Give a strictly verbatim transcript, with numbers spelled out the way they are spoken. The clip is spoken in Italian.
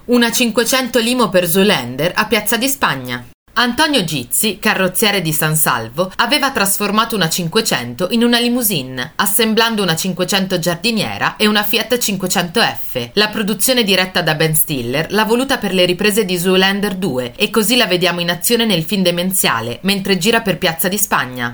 Una cinquecento limo per Zoolander a Piazza di Spagna. Antonio Gizzi, carrozziere di San Salvo, aveva trasformato una cinquecento in una limousine, assemblando una cinquecento giardiniera e una Fiat cinquecento F. La produzione diretta da Ben Stiller l'ha voluta per le riprese di Zoolander due e così la vediamo in azione nel film demenziale, mentre gira per Piazza di Spagna.